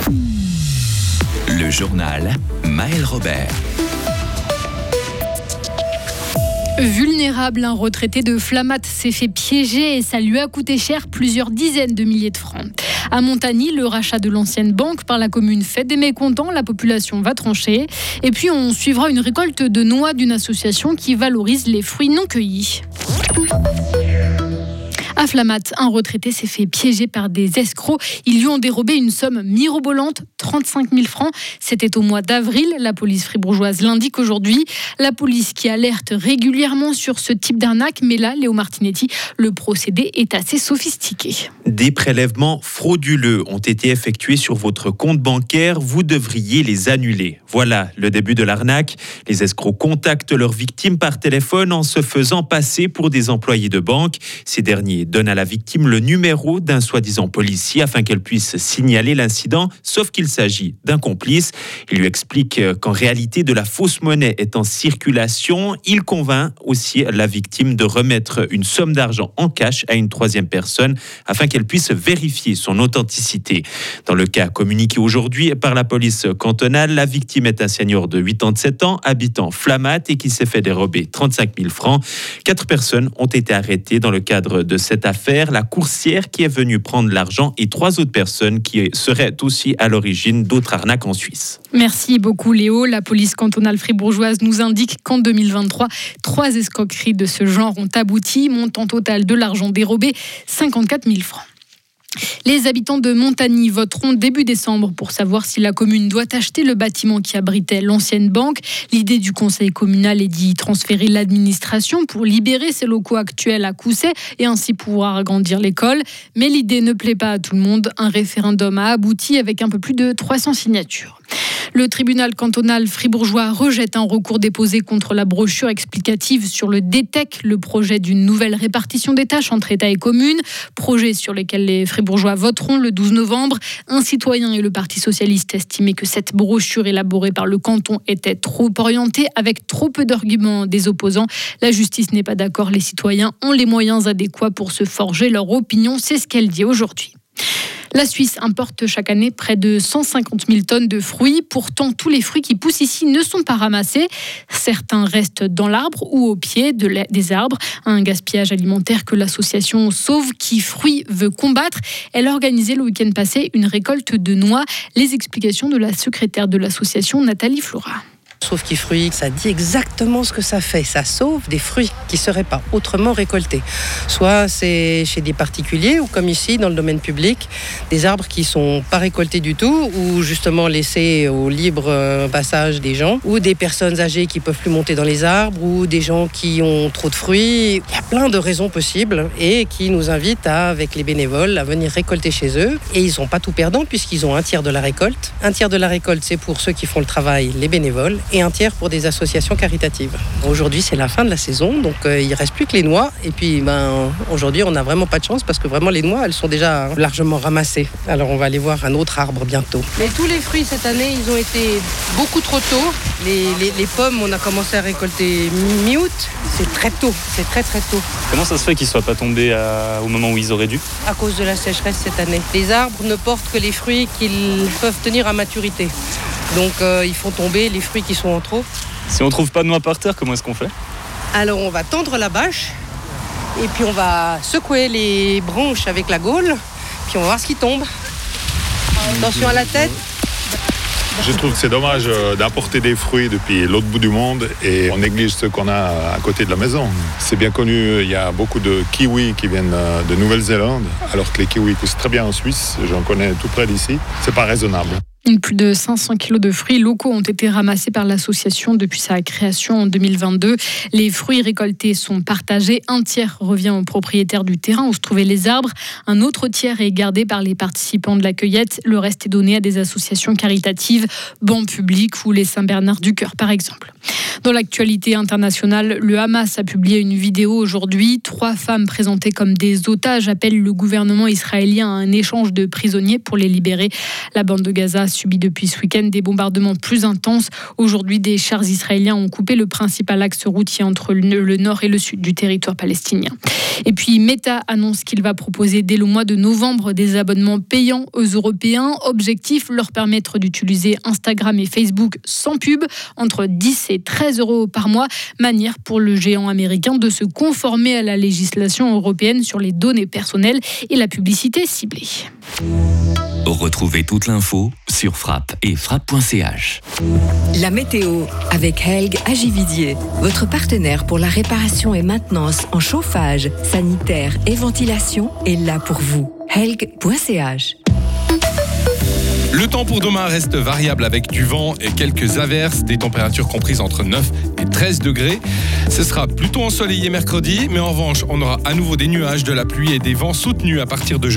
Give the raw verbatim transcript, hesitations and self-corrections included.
Le journal Maël Robert. Vulnérable, un retraité de Flamatt s'est fait piéger et ça lui a coûté cher, plusieurs dizaines de milliers de francs. À Montagny, le rachat de l'ancienne banque par la commune fait des mécontents, la population va trancher. Et puis on suivra une récolte de noix d'une association qui valorise les fruits non cueillis. À Flamatt, un retraité s'est fait piéger par des escrocs. Ils lui ont dérobé une somme mirobolante, trente-cinq mille francs. C'était au mois d'avril. La police fribourgeoise l'indique aujourd'hui. La police qui alerte régulièrement sur ce type d'arnaque. Mais là, Léo Martinetti, le procédé est assez sophistiqué. Des prélèvements frauduleux ont été effectués sur votre compte bancaire. Vous devriez les annuler. Voilà le début de l'arnaque. Les escrocs contactent leurs victimes par téléphone en se faisant passer pour des employés de banque. Ces derniers donne à la victime le numéro d'un soi-disant policier afin qu'elle puisse signaler l'incident, sauf qu'il s'agit d'un complice. Il lui explique qu'en réalité, de la fausse monnaie est en circulation. Il convainc aussi la victime de remettre une somme d'argent en cash à une troisième personne afin qu'elle puisse vérifier son authenticité. Dans le cas communiqué aujourd'hui par la police cantonale, la victime est un senior de quatre-vingt-sept ans, habitant Flamatt et qui s'est fait dérober trente-cinq mille francs. Quatre personnes ont été arrêtées dans le cadre de cette affaire, la coursière qui est venue prendre l'argent et trois autres personnes qui seraient aussi à l'origine d'autres arnaques en Suisse. Merci beaucoup Léo. La police cantonale fribourgeoise nous indique qu'en deux mille vingt-trois, trois escroqueries de ce genre ont abouti, montant total de l'argent dérobé cinquante-quatre mille francs. Les habitants de Montagny voteront début décembre pour savoir si la commune doit acheter le bâtiment qui abritait l'ancienne banque. L'idée du conseil communal est d'y transférer l'administration pour libérer ses locaux actuels à Cousset et ainsi pouvoir agrandir l'école. Mais l'idée ne plaît pas à tout le monde. Un référendum a abouti avec un peu plus de trois cents signatures. Le tribunal cantonal fribourgeois rejette un recours déposé contre la brochure explicative sur le D T E C, le projet d'une nouvelle répartition des tâches entre État et communes, projet sur lequel les fribourgeois voteront le douze novembre. Un citoyen et le Parti socialiste estimaient que cette brochure élaborée par le canton était trop orientée, avec trop peu d'arguments des opposants. La justice n'est pas d'accord, les citoyens ont les moyens adéquats pour se forger leur opinion, c'est ce qu'elle dit aujourd'hui. La Suisse importe chaque année près de cent cinquante mille tonnes de fruits. Pourtant, tous les fruits qui poussent ici ne sont pas ramassés. Certains restent dans l'arbre ou au pied de la, des arbres. Un gaspillage alimentaire que l'association Sauve qui Fruits veut combattre. Elle a organisé le week-end passé une récolte de noix. Les explications de la secrétaire de l'association, Nathalie Flora. Sauve qui Fruits, ça dit exactement ce que ça fait. Ça sauve des fruits qui ne seraient pas autrement récoltés. Soit c'est chez des particuliers ou comme ici dans le domaine public, des arbres qui ne sont pas récoltés du tout ou justement laissés au libre passage des gens ou des personnes âgées qui ne peuvent plus monter dans les arbres ou des gens qui ont trop de fruits. Il y a plein de raisons possibles et qui nous invitent à, avec les bénévoles à venir récolter chez eux. Et ils ne sont pas tout perdants puisqu'ils ont un tiers de la récolte. Un tiers de la récolte, c'est pour ceux qui font le travail, les bénévoles. Et un tiers pour des associations caritatives. Aujourd'hui, c'est la fin de la saison, donc euh, il ne reste plus que les noix. Et puis, ben, aujourd'hui, on n'a vraiment pas de chance parce que vraiment, les noix, elles sont déjà largement ramassées. Alors, on va aller voir un autre arbre bientôt. Mais tous les fruits, cette année, ils ont été beaucoup trop tôt. Les, les, les pommes, on a commencé à récolter mi-août. C'est très tôt, c'est très très tôt. Comment ça se fait qu'ils ne soient pas tombés à, au moment où ils auraient dû ? À cause de la sécheresse cette année. Les arbres ne portent que les fruits qu'ils peuvent tenir à maturité. Donc euh, ils font tomber les fruits qui sont en trop. Si on ne trouve pas de noix par terre, comment est-ce qu'on fait ? Alors on va tendre la bâche et puis on va secouer les branches avec la gaule, puis on va voir ce qui tombe. Attention à la tête. Je trouve que c'est dommage d'importer des fruits depuis l'autre bout du monde et on néglige ceux qu'on a à côté de la maison. C'est bien connu, il y a beaucoup de kiwis qui viennent de Nouvelle-Zélande, alors que les kiwis poussent très bien en Suisse, j'en connais tout près d'ici. C'est pas raisonnable. Plus de cinq cents kilos de fruits locaux ont été ramassés par l'association depuis sa création en deux mille vingt-deux. Les fruits récoltés sont partagés. Un tiers revient aux propriétaires du terrain où se trouvaient les arbres. Un autre tiers est gardé par les participants de la cueillette. Le reste est donné à des associations caritatives, Banc Public ou les Saint-Bernard du Cœur, par exemple. Dans l'actualité internationale, le Hamas a publié une vidéo aujourd'hui. Trois femmes présentées comme des otages appellent le gouvernement israélien à un échange de prisonniers pour les libérer. La bande de Gaza subit depuis ce week-end des bombardements plus intenses. Aujourd'hui, des chars israéliens ont coupé le principal axe routier entre le nord et le sud du territoire palestinien. Et puis Meta annonce qu'il va proposer dès le mois de novembre des abonnements payants aux Européens. Objectif, leur permettre d'utiliser Instagram et Facebook sans pub, entre dix et treize euros par mois. Manière pour le géant américain de se conformer à la législation européenne sur les données personnelles et la publicité ciblée. Retrouvez toute l'info sur Frappe et frappe point c h. La météo avec Helg Agividier, votre partenaire pour la réparation et maintenance en chauffage, sanitaire et ventilation est là pour vous. helg point c h. Le temps pour demain reste variable avec du vent et quelques averses, des températures comprises entre neuf et treize degrés. Ce sera plutôt ensoleillé mercredi, mais en revanche, on aura à nouveau des nuages, de la pluie et des vents soutenus à partir de jeudi.